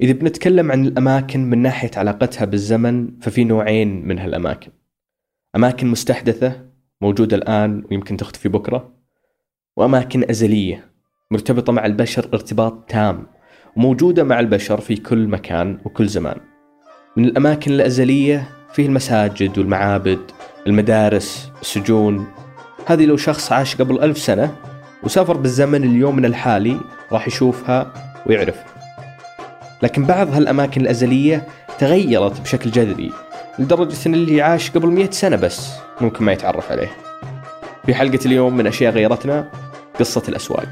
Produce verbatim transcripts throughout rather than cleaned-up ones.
إذا بنتكلم عن الأماكن من ناحية علاقتها بالزمن ففي نوعين من هالأماكن. أماكن مستحدثة موجودة الآن ويمكن تختفي بكرة، وأماكن أزلية مرتبطة مع البشر ارتباط تام وموجودة مع البشر في كل مكان وكل زمان. من الأماكن الأزلية فيه المساجد والمعابد، المدارس، السجون. هذه لو شخص عاش قبل ألف سنة وسافر بالزمن اليوم الحالي راح يشوفها ويعرفها. لكن بعض هالأماكن الأزلية تغيرت بشكل جذري لدرجة أن اللي عاش قبل مئة سنة بس ممكن ما يتعرف عليه. في حلقة اليوم من أشياء غيرتنا قصة الأسواق.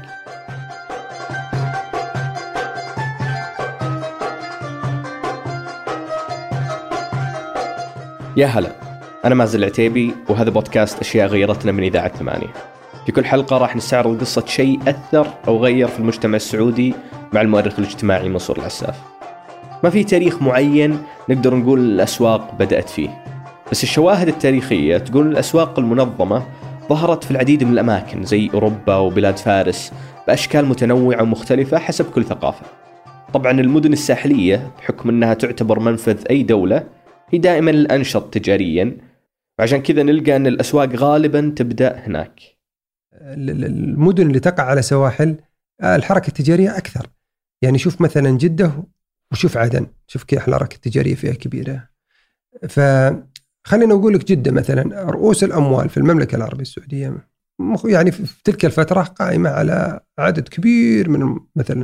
يا هلا، أنا مازن العتيبي وهذا بودكاست أشياء غيرتنا من إذاعة ثمانية. في كل حلقة راح نستعرض قصة شيء أثر أو غير في المجتمع السعودي مع المؤرخ الاجتماعي منصور العساف. ما في تاريخ معين نقدر نقول الأسواق بدأت فيه، بس الشواهد التاريخية تقول الأسواق المنظمة ظهرت في العديد من الأماكن زي أوروبا وبلاد فارس بأشكال متنوعة ومختلفة حسب كل ثقافة. طبعا المدن الساحلية بحكم أنها تعتبر منفذ أي دولة هي دائما الأنشط تجاريا، وعشان كذا نلقى أن الأسواق غالبا تبدأ هناك. المدن اللي تقع على سواحل الحركة التجارية أكثر، يعني شوف مثلا جدة وشوف عدن، شوف كيف الحركة التجارية فيها كبيرة. فخلينا نقول لك جدة مثلا رؤوس الأموال في المملكة العربية السعودية يعني في تلك الفترة قائمة على عدد كبير من مثلا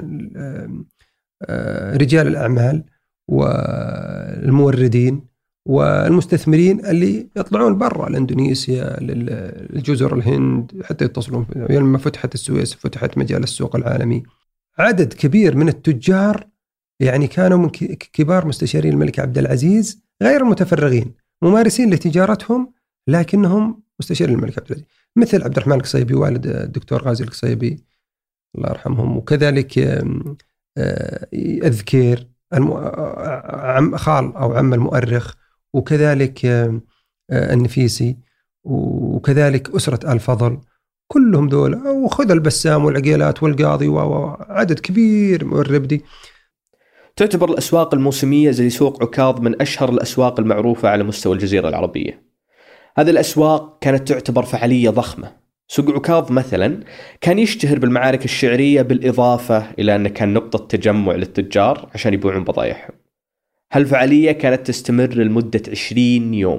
رجال الأعمال والموردين والمستثمرين اللي يطلعون برا لاندونيسيا، للجزر الهند، حتى يتصلون يعني لما فتحت السويس فتحت مجال السوق العالمي. عدد كبير من التجار يعني كانوا من كبار مستشارين الملك عبد العزيز غير المتفرغين ممارسين لتجارتهم لكنهم مستشارين الملك عبد العزيز، مثل عبد الرحمن القصيبي والد الدكتور غازي القصيبي الله يرحمهم، وكذلك الذكير عم خال أو عم المؤرخ، وكذلك النفيسي، وكذلك أسرة آل فضل، كلهم دول، وخذ البسام والعقيلات والقاضي وعدد كبير والربدي. تعتبر الأسواق الموسمية زي سوق عكاظ من أشهر الأسواق المعروفة على مستوى الجزيرة العربية. هذه الأسواق كانت تعتبر فعالية ضخمة. سوق عكاظ مثلا كان يشتهر بالمعارك الشعرية بالإضافة إلى أنه كان نقطة تجمع للتجار عشان يبيعون بضائعهم. هالفعالية كانت تستمر لمدة عشرين يوم.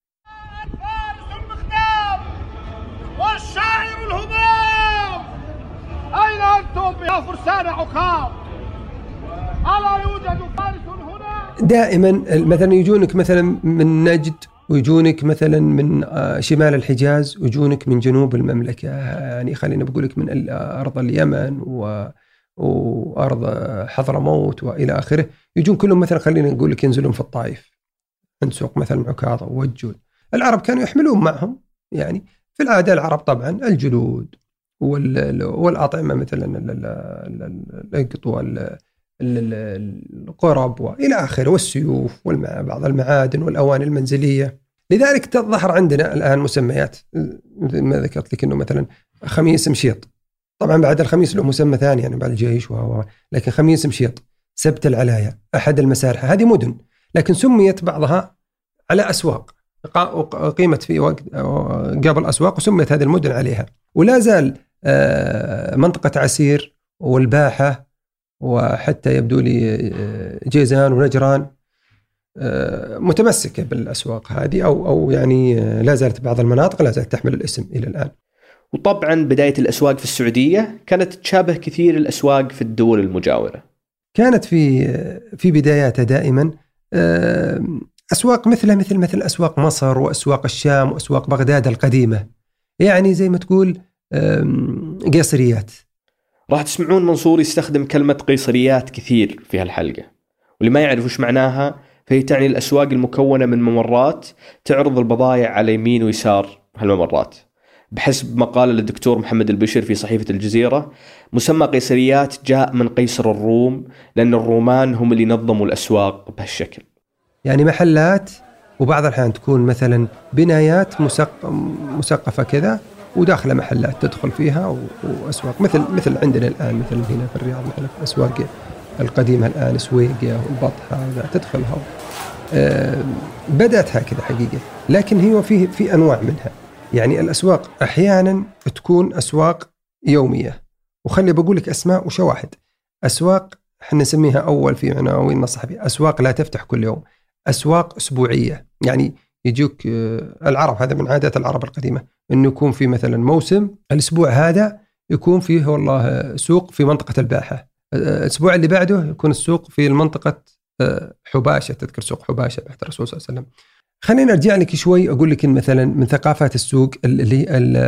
والشاعر الهمام أين أنتم يا فرسان عكاظ؟ ألا يوجد فارس هنا؟ دائما مثلا يجونك مثلا من نجد، ويجونك مثلا من شمال الحجاز، ويجونك من جنوب المملكة، يعني خلينا بقولك من أرض اليمن و وأرض حضرموت وإلى آخره، يجون كلهم مثلا خلينا نقول لك ينزلون في الطائف عند سوق مثلا عكاظ ووجون. العرب كانوا يحملون معهم يعني في العادة العرب طبعا الجلود والأطعمة مثلا الأقط والقرب وإلى آخره، والسيوف وبعض المعادن والأواني المنزلية. لذلك تظهر عندنا الآن مسميات ما ذكرت لك إنه مثلا خميس مشيط، طبعا بعد الخميس له مسمى ثاني يعني بعد الجيش و... لكن خميس مشيط، سبت العلاية، أحد المسارحة، هذه مدن لكن سميت بعضها على أسواق قيمت في وقت قبل أسواق وسميت هذه المدن عليها. ولا زال منطقة عسير والباحة وحتى يبدو لي جيزان ونجران متمسكة بالأسواق هذه، أو أو يعني لا زالت بعض المناطق لا زالت تحمل الاسم إلى الآن. وطبعا بداية الأسواق في السعودية كانت تشابه كثير الأسواق في الدول المجاورة. كانت في في بداياتها دائما أسواق مثلها مثل مثل أسواق مصر وأسواق الشام وأسواق بغداد القديمة، يعني زي ما تقول قيصريات. راح تسمعون منصور يستخدم كلمة قيصريات كثير في هالحلقة، واللي ما يعرف وش معناها فهي تعني الأسواق المكونة من ممرات تعرض البضائع على يمين ويسار هالممرات. بحسب مقالة للدكتور محمد البشر في صحيفة الجزيرة، مسمى قيصريات جاء من قيصر الروم لأن الرومان هم اللي نظموا الأسواق بهالشكل. يعني محلات وبعض الأحيان تكون مثلا بنايات مسقفة كذا وداخل محلات تدخل فيها وأسواق، مثل مثل عندنا الآن مثل هنا في الرياض مثلا أسواق القديمة الآن سويقة والبطحة تدخلها. بدأت هكذا حقيقة، لكن هي في في أنواع منها. يعني الأسواق أحيانا تكون أسواق يومية، وخلي بقول لك أسماء وشواهد. أسواق احنا نسميها أول في عناوين نصح بها أسواق لا تفتح كل يوم، أسواق أسبوعية. يعني يجوك العرب، هذا من عادات العرب القديمة، إنه يكون في مثلا موسم الأسبوع هذا يكون فيه والله سوق في منطقة الباحة، الأسبوع اللي بعده يكون السوق في المنطقة حباشة، تذكر سوق حباشة بعد الرسول صلى الله عليه وسلم. خلينا نرجع لك شوي أقول لك إن مثلا من ثقافات السوق اللي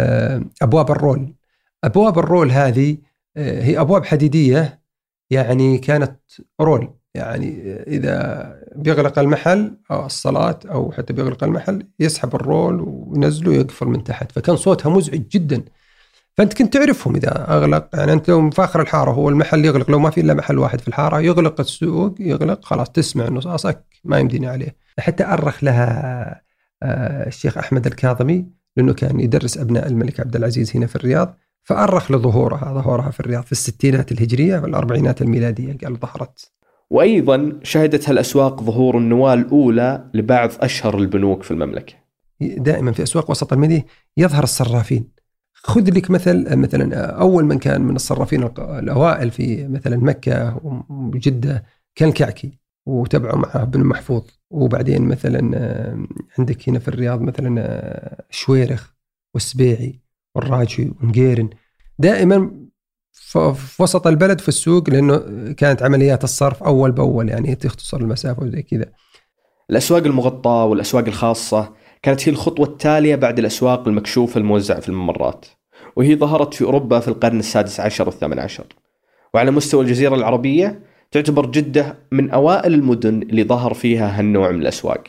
أبواب الرول. أبواب الرول هذه هي أبواب حديدية، يعني كانت رول، يعني إذا بيغلق المحل أو الصلاة أو حتى بيغلق المحل يسحب الرول وينزله ويقفل من تحت، فكان صوتها مزعج جدا. فأنت كنت تعرفهم إذا أغلق، يعني أنت لو مفاخر الحارة هو المحل يغلق، لو ما في إلا محل واحد في الحارة يغلق السوق يغلق، خلاص تسمع إنه صاصك ما يمديني عليه. حتى أرخ لها الشيخ أحمد الكاظمي، لأنه كان يدرس أبناء الملك عبد العزيز هنا في الرياض، فأرخ لظهورها ظهورها في الرياض في الستينات الهجرية والأربعينات الميلادية، قال ظهرت. وأيضا شهدت هالأسواق ظهور النواة الأولى لبعض أشهر البنوك في المملكة. دائما في أسواق وسط المدينة يظهر الصرافين. خذ لك مثل مثلا أول من كان من الصرافين الأوائل في مثلا مكة وجدة كان الكعكي، وتبعه معه بن محفوظ، وبعدين مثلا عندك هنا في الرياض مثلا الشويرخ والسبيعي والراجي ومقيرن، دائما في وسط البلد في السوق، لأنه كانت عمليات الصرف أول بأول، يعني تختصر المسافة وزي كذا. الأسواق المغطاة والأسواق الخاصة كانت هي الخطوة التالية بعد الأسواق المكشوفة الموزعة في الممرات، وهي ظهرت في أوروبا في القرن السادس عشر والثامن عشر. وعلى مستوى الجزيرة العربية تعتبر جدة من أوائل المدن اللي ظهر فيها هالنوع من الأسواق.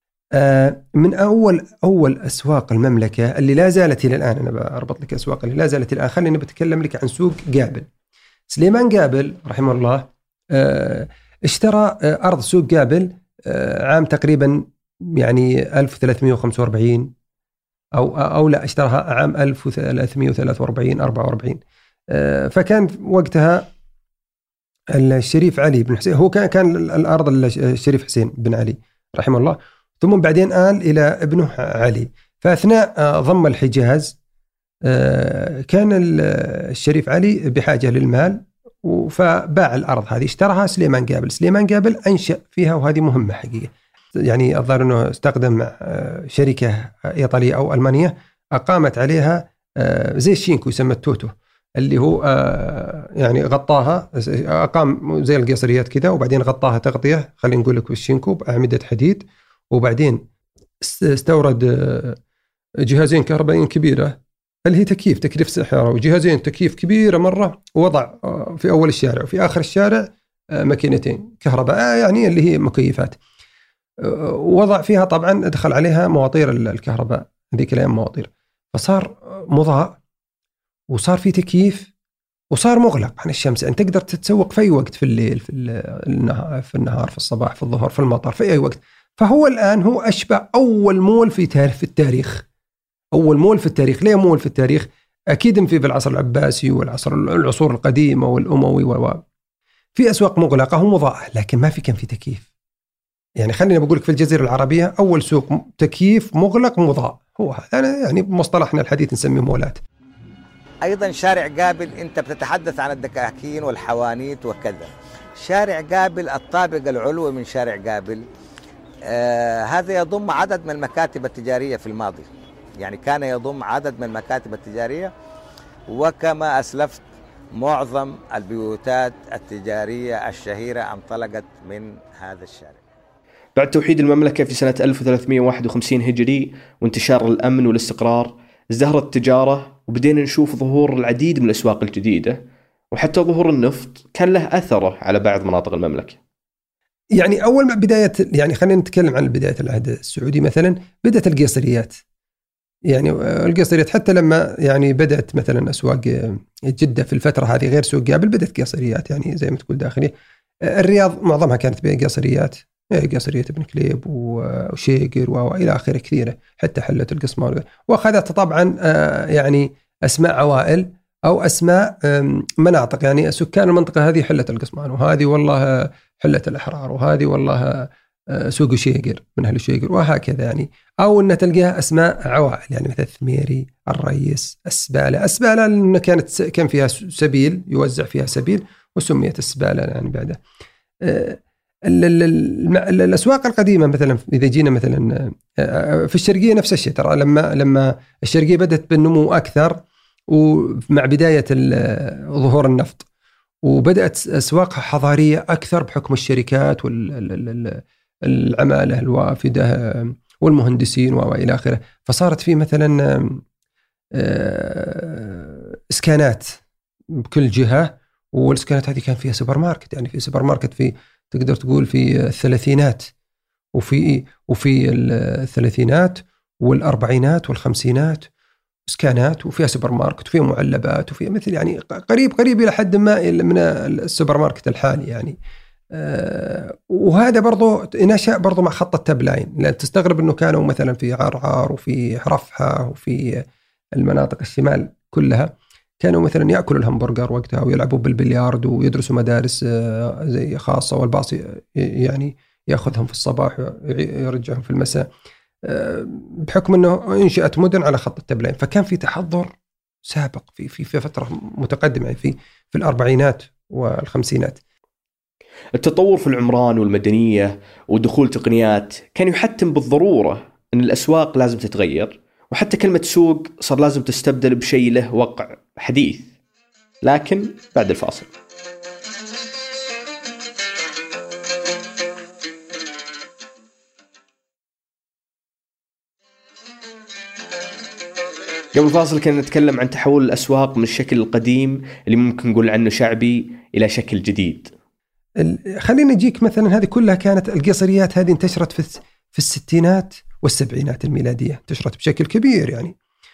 آه من أول أول أسواق المملكة اللي لا زالت إلى الآن. أنا بربط لك أسواق اللي لا زالت الآن. خليني بتكلم لك عن سوق قابل. سليمان قابل رحمه الله آه اشترى آه أرض سوق قابل آه عام تقريبا يعني ألف وثلاثمائة وخمسة وأربعين أو أو لا اشتراها عام ألف وثلاثمائة وثلاثة وأربعين أربعة وأربعين. آه فكان وقتها الشريف علي بن حسين هو كان كان الأرض الشريف حسين بن علي رحمه الله، ثم بعدين آل إلى ابنه علي. فأثناء ضم الحجاز كان الشريف علي بحاجة للمال، فباع الأرض هذه اشتراها سليمان قابل. سليمان قابل أنشأ فيها، وهذه مهمة حقيقة، يعني الظاهر أنه استخدم شركة إيطالية أو ألمانية أقامت عليها زي الشينكو يسمى التوتو، اللي هو يعني غطاها، أقام زي القصريات كذا، وبعدين غطاها تغطية خلينا نقول لك بالشينكو بأعمدة حديد، وبعدين استورد جهازين كهربائيين كبيرة اللي هي تكييف تكييف سحارة، وجهازين تكييف كبيرة مرة، ووضع في أول الشارع وفي آخر الشارع ماكينتين كهرباء يعني اللي هي مكيفات، ووضع فيها طبعا دخل عليها مواتير الكهرباء هذيك الأيام مواتير، فصار مضاء وصار في تكييف وصار مغلق عن الشمس، أنت تقدر تتسوق في أي وقت، في الليل في النهار في النهار في الصباح في الظهر في المطر في أي وقت. فهو الآن هو أشبه أول مول في تاريخ في التاريخ أول مول في التاريخ. ليه مول في التاريخ؟ أكيد في العصر العباسي والعصر العصور القديمة والأموي و في أسواق مغلقة ومضاءة، لكن ما في كان في تكييف. يعني خلينا بقولك في الجزيرة العربية أول سوق تكييف مغلق مضاء هو هذا، يعني بمصطلحنا الحديث نسميه مولات. أيضا شارع قابل أنت بتتحدث عن الدكاكين والحوانيت وكذا. شارع قابل الطابق العلوي من شارع قابل آه هذا يضم عدد من المكاتب التجارية في الماضي، يعني كان يضم عدد من المكاتب التجارية، وكما أسلفت معظم البيوتات التجارية الشهيرة انطلقت من هذا الشارع. بعد توحيد المملكة في سنة ألف وثلاثمائة وواحد وخمسين هجري وانتشار الأمن والاستقرار، ازدهرت التجارة وبدينا نشوف ظهور العديد من الأسواق الجديدة، وحتى ظهور النفط كان له أثره على بعض مناطق المملكة. يعني أول ما بداية، يعني خلينا نتكلم عن بداية العهد السعودي مثلا، بدأت القيصريات. يعني القيصريات حتى لما يعني بدأت مثلا أسواق جدة في الفترة هذه غير سوق قابل، بدأت قيصريات يعني زي ما تقول داخلي. الرياض معظمها كانت قيصريات، قيصرية ابن كليب وشيقر وإلى آخره كثيرة، حتى حلة القصمار، وأخذت طبعا يعني أسماء عوائل أو أسماء مناطق، يعني سكان المنطقة هذه حلة القصمان، وهذه والله حلة الأحرار، وهذه والله سوق شيقر من أهل شيقر، وهكذا يعني. أو أن تلقاها أسماء عوائل، يعني مثل ثميري، الرئيس، أسبالة. أسبالة لأن كانت كان فيها سبيل يوزع فيها سبيل وسميت السبالة يعني بعدها. الأسواق القديمة مثلا إذا جينا مثلا في الشرقية نفس الشيء، ترى لما لما الشرقية بدأت بالنمو أكثر ومع بداية ظهور النفط، وبدأت أسواقها حضارية أكثر بحكم الشركات والعمالة الوافدة والمهندسين وإلى آخره. فصارت في مثلا إسكانات بكل جهة، والإسكانات هذه كان فيها سوبر ماركت، يعني في سوبر ماركت في تقدر تقول في الثلاثينات وفي وفي الثلاثينات والأربعينات والخمسينات إسكانات، وفيها سوبر ماركت وفيها معلبات وفيها مثل يعني قريب قريب إلى حد ما من السوبر ماركت الحالي يعني. أه وهذا برضو نشأ برضو مع خط التابلاين، لأن تستغرب أنه كانوا مثلا في عرعر وفي حرفها وفي المناطق الشمال كلها كانوا مثلا يأكلوا الهمبرجر وقتها ويلعبوا بالبليارد ويدرسوا مدارس زي خاصة، والباص يعني يأخذهم في الصباح ويرجعهم في المساء، بحكم أنه انشأت مدن على خط التابلاين. فكان في تحضر سابق في في في فترة متقدمة في في الأربعينات والخمسينات. التطور في العمران والمدنية ودخول تقنيات كان يحتم بالضرورة أن الأسواق لازم تتغير، وحتى كلمة سوق صار لازم تستبدل بشيء له وقع حديث. لكن بعد الفاصل. قبل الفاصل كنا نتكلم عن تحول الأسواق من الشكل القديم اللي ممكن نقول عنه شعبي إلى شكل جديد. خلينا نجيك مثلا، هذه كلها كانت القصريات هذه انتشرت في في الستينات والسبعينات الميلادية، انتشرت بشكل كبير يعني،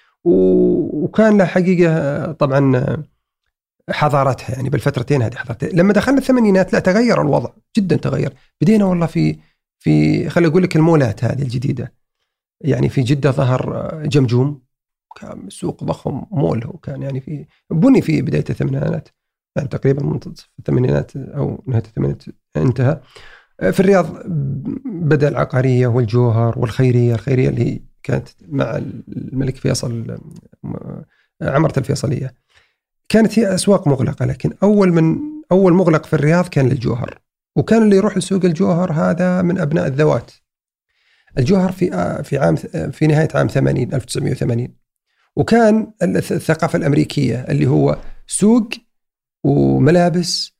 وكان لها حقيقة طبعا حضارتها يعني بالفترتين هذه حضارتها. لما دخلنا الثمانينات لا تغير الوضع جدا، تغير. بدينا والله في في خلي أقول لك المولات هذه الجديدة، يعني في جدة ظهر جمجوم، كان سوق ضخم مول، وكان يعني في بني في بداية الثمانينات، يعني تقريبا منتصف الثمانينات أو نهاية الثمانينات انتهى. في الرياض بدأ العقارية والجوهر والخيرية، الخيرية اللي كانت مع الملك فيصل، عمرة الفيصلية، كانت هي أسواق مغلقة. لكن أول من أول مغلق في الرياض كان للجوهر، وكان اللي يروح لسوق الجوهر هذا من أبناء الذوات. الجوهر في في عام في نهاية عام ثمانين ألف وتسعمائة وثمانين، وكان الثقافة الأمريكية اللي هو سوق وملابس،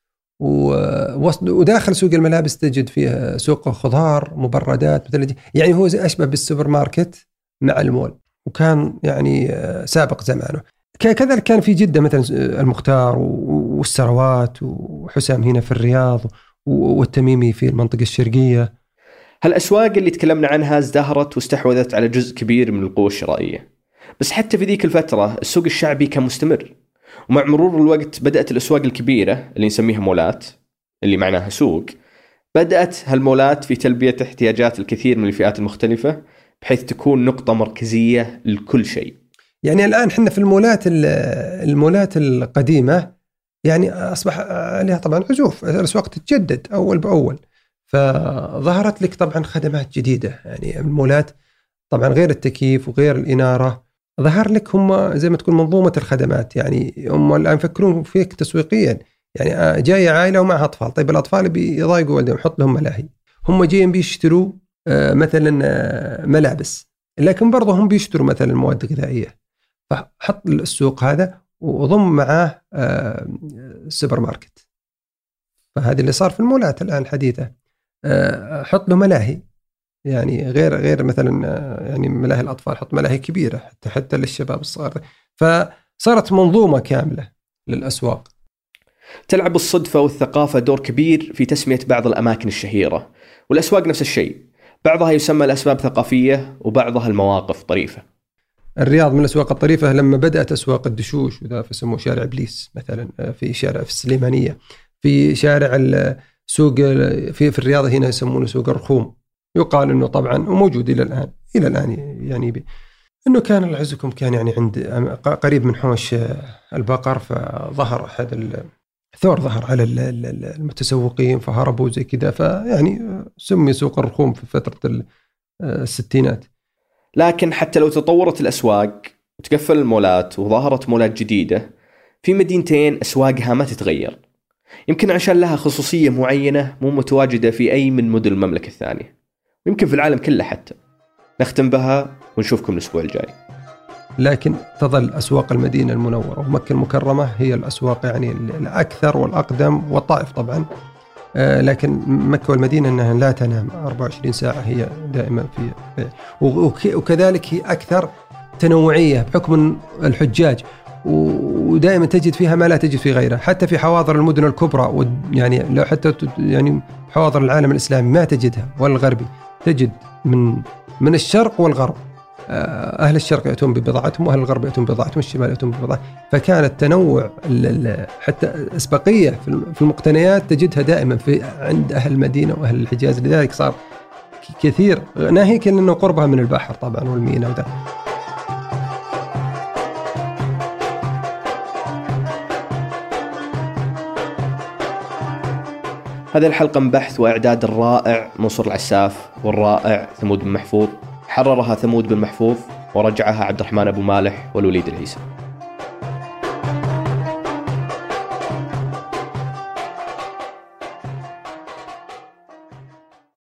وداخل سوق الملابس تجد فيها سوق خضار، مبردات، مثل يعني هو أشبه بالسوبر ماركت مع المول، وكان يعني سابق زمانه. كذلك كان في جدة مثلا المختار والسروات وحسام هنا في الرياض والتميمي في المنطقة الشرقية. هالأسواق اللي تكلمنا عنها ازدهرت واستحوذت على جزء كبير من القوة الشرائية، بس حتى في ذيك الفترة السوق الشعبي كان مستمر. ومع مرور الوقت بدأت الأسواق الكبيرة اللي نسميها مولات، اللي معناها سوق، بدأت هالمولات في تلبية احتياجات الكثير من الفئات المختلفة، بحيث تكون نقطة مركزية لكل شيء. يعني الآن حنا في المولات المولات القديمة يعني أصبح عليها طبعا عزوف، الأسواق تتجدد أول بأول، فظهرت لك طبعا خدمات جديدة. يعني المولات طبعا غير التكييف وغير الإنارة، ظهر لك هم زي ما تكون منظومة الخدمات. يعني هم الآن يفكرون فيك تسويقيا، يعني جاية عائلة ومعها أطفال، طيب الأطفال بيضايقوا والدهم، حط لهم ملاهي. هم جايين بيشتروا مثلا ملابس، لكن برضه هم بيشتروا مثلا مواد غذائية، فحط السوق هذا وضم معاه السوبر ماركت. فهذا اللي صار في المولات الآن الحديثة، حط له ملاهي، يعني غير غير مثلا يعني ملاهي الأطفال، حط ملاهي كبيرة حتى حتى للشباب الصغار. فصارت منظومة كاملة للأسواق. تلعب الصدفة والثقافة دور كبير في تسمية بعض الأماكن الشهيرة، والأسواق نفس الشيء، بعضها يسمى الأسباب ثقافية وبعضها المواقف طريفة. الرياض من الأسواق الطريفة لما بدأت أسواق الدشوش، وذا فسموه شارع إبليس مثلا، في شارع في السليمانية، في شارع السوق في في الرياض هنا يسمونه سوق الرخوم، يقال إنه طبعا وموجود إلى الآن إلى الآن يعني أنه كان العزكم كان يعني عند قريب من حوش البقر، فظهر أحد الثور ظهر على المتسوقين فهربوا زي كذا، فيعني سمي سوق الرخوم في فترة الستينات. لكن حتى لو تطورت الأسواق وتقفل المولات وظهرت مولات جديدة، في مدينتين أسواقها ما تتغير، يمكن عشان لها خصوصية معينة مو متواجدة في أي من مدن المملكة الثانية، ويمكن في العالم كله حتى. نختم بها ونشوفكم الأسبوع الجاي. لكن تظل أسواق المدينة المنورة ومكة المكرمة هي الأسواق يعني الأكثر والأقدم، والطائف طبعا، لكن مكة والمدينة أنها لا تنام أربعة وعشرين ساعة، هي دائما في، وكذلك هي أكثر تنوعية بحكم الحجاج، ودائما تجد فيها ما لا تجد في غيرها، حتى في حواضر المدن الكبرى، يعني لو حتى يعني حواضر العالم الإسلامي ما تجدها، والغربي تجد من من الشرق والغرب، أهل الشرق يأتون ببضاعتهم وأهل الغرب يأتون ببضاعتهم، الشمال يأتون ببضاعتهم، فكان التنوع حتى إسباقية في المقتنيات تجدها دائما في عند أهل المدينة وأهل الحجاز، لذلك صار كثير، ناهيك أنه قربها من البحر طبعا والميناء وده. هذه الحلقة من بحث وإعداد الرائع منصور العساف والرائع ثمود بن محفوظ، حررها ثمود بن محفوظ ورجعها عبد الرحمن أبو مالح والوليد العيسى.